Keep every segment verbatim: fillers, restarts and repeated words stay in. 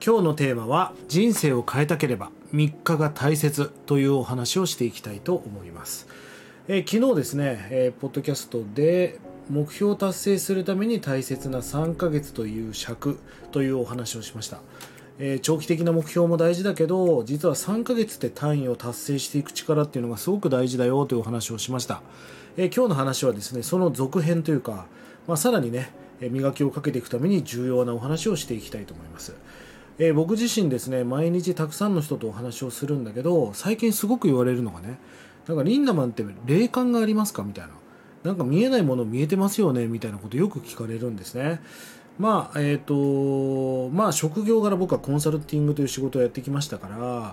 今日のテーマは人生を変えたければみっかが大切というお話をしていきたいと思います。えー、昨日ですね、えー、ポッドキャストで目標を達成するために大切なさんかげつという尺というお話をしました。えー、長期的な目標も大事だけど、実はさんかげつで単位を達成していく力っていうのがすごく大事だよというお話をしました。えー、今日の話はですね、その続編というか、まあ、さらにね、磨きをかけていくために重要なお話をしていきたいと思います。えー、僕自身ですね、毎日たくさんの人とお話をするんだけど、最近すごく言われるのがね、なんかリンダマンって霊感がありますかみたいな、なんか見えないもの見えてますよねみたいなことよく聞かれるんですね。まあえっとまあ職業柄僕はコンサルティングという仕事をやってきましたから、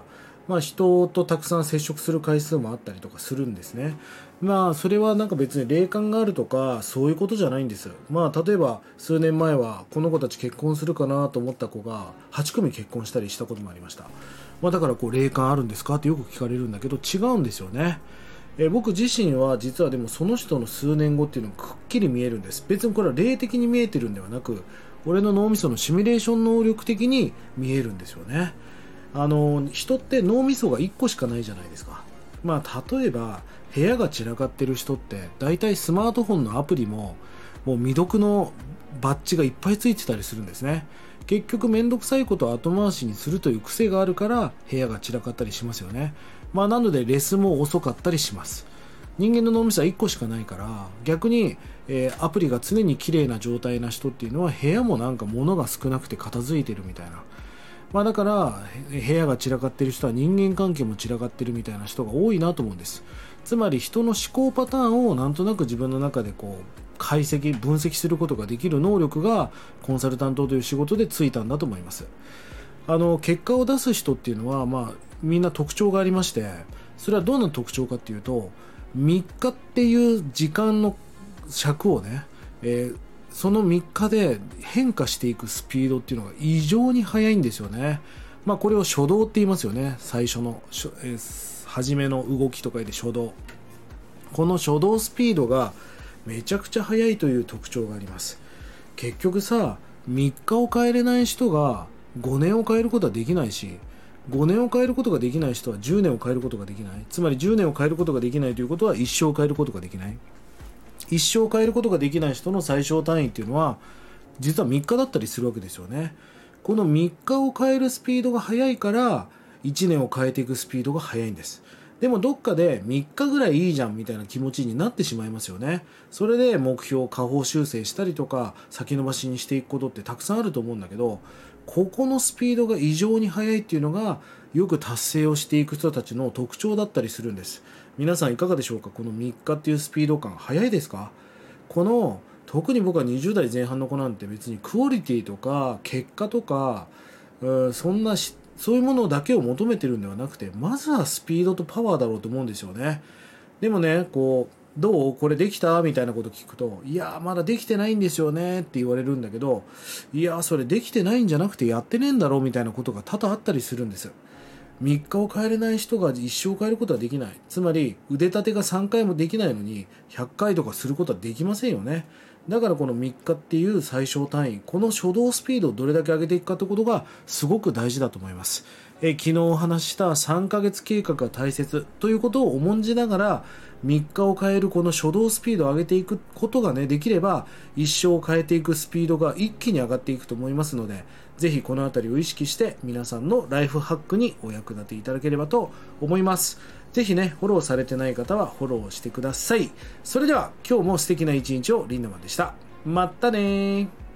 まあ人とたくさん接触する回数もあったりとかするんですね。まあそれはなんか別に霊感があるとかそういうことじゃないんです。まあ例えば数年前はこの子たち結婚するかなと思った子がはちくみ結婚したりしたこともありました。まあだからこう霊感あるんですかってよく聞かれるんだけど、違うんですよね。え僕自身は実はでもその人の数年後っていうのがくっきり見えるんです。別にこれは霊的に見えてるんではなく、俺の脳みそのシミュレーション能力的に見えるんですよね。あの人って脳みそがいっこしかないじゃないですか。まあ例えば部屋が散らかってる人ってだいたいスマートフォンのアプリももう未読のバッジがいっぱいついてたりするんですね。結局めんどくさいことを後回しにするという癖があるから部屋が散らかったりしますよね。まあなのでレスも遅かったりします。人間の脳みそはいっこしかないから、逆に、えー、アプリが常に綺麗な状態な人っていうのは部屋もなんか物が少なくて片付いてるみたいな。まあだから部屋が散らかってる人は人間関係も散らかってるみたいな人が多いなと思うんです。つまり人の思考パターンをなんとなく自分の中でこう解析分析することができる能力がコンサルタントという仕事でついたんだと思います。あの結果を出す人っていうのはまあみんな特徴がありまして、それはどんな特徴かっていうと、みっかっていう時間の尺をね、えー、そのみっかで変化していくスピードっていうのが異常に速いんですよね。まあこれを初動って言いますよね。最初の、えー、初めの動きとかで初動。この初動スピードがめちゃくちゃ速いという特徴があります。結局さ、みっかを変えれない人がごねんを変えることはできないし、ごねんを変えることができない人はじゅうねんを変えることができない。つまりじゅうねんを変えることができないということは一生を変えることができない。一生を変えることができない人の最小単位っていうのは実はみっかだったりするわけですよね。このみっかを変えるスピードが速いからいちねんを変えていくスピードが速いんです。でもどっかでみっかぐらいいいじゃんみたいな気持ちになってしまいますよね。それで目標を下方修正したりとか先延ばしにしていくことってたくさんあると思うんだけど、ここのスピードが異常に速いっていうのがよく達成をしていく人たちの特徴だったりするんです。皆さんいかがでしょうか。このみっかっていうスピード感速いですか。この特に僕はにじゅう代前半の子なんて別にクオリティとか結果とかうそんなしそういうものだけを求めてるんではなくて、まずはスピードとパワーだろうと思うんですよね。でもね、こうどうこれできたみたいなこと聞くと、いやまだできてないんですよねって言われるんだけど、いやそれできてないんじゃなくてやってねえんだろうみたいなことが多々あったりするんです。みっかを変えれない人が一生変えることはできない。つまり腕立てがさんかいもできないのにひゃっかいとかすることはできませんよね。だからこのみっかっていう最小単位、この初動スピードをどれだけ上げていくかということがすごく大事だと思います。え昨日お話ししたさんかげつ計画が大切ということを重んじながらみっかを変えるこの初動スピードを上げていくことがねできれば、一生を変えていくスピードが一気に上がっていくと思いますので、ぜひこのあたりを意識して皆さんのライフハックにお役立ていただければと思います。ぜひね、フォローされてない方はフォローしてください。それでは今日も素敵な一日をリンダマンでした。またねー。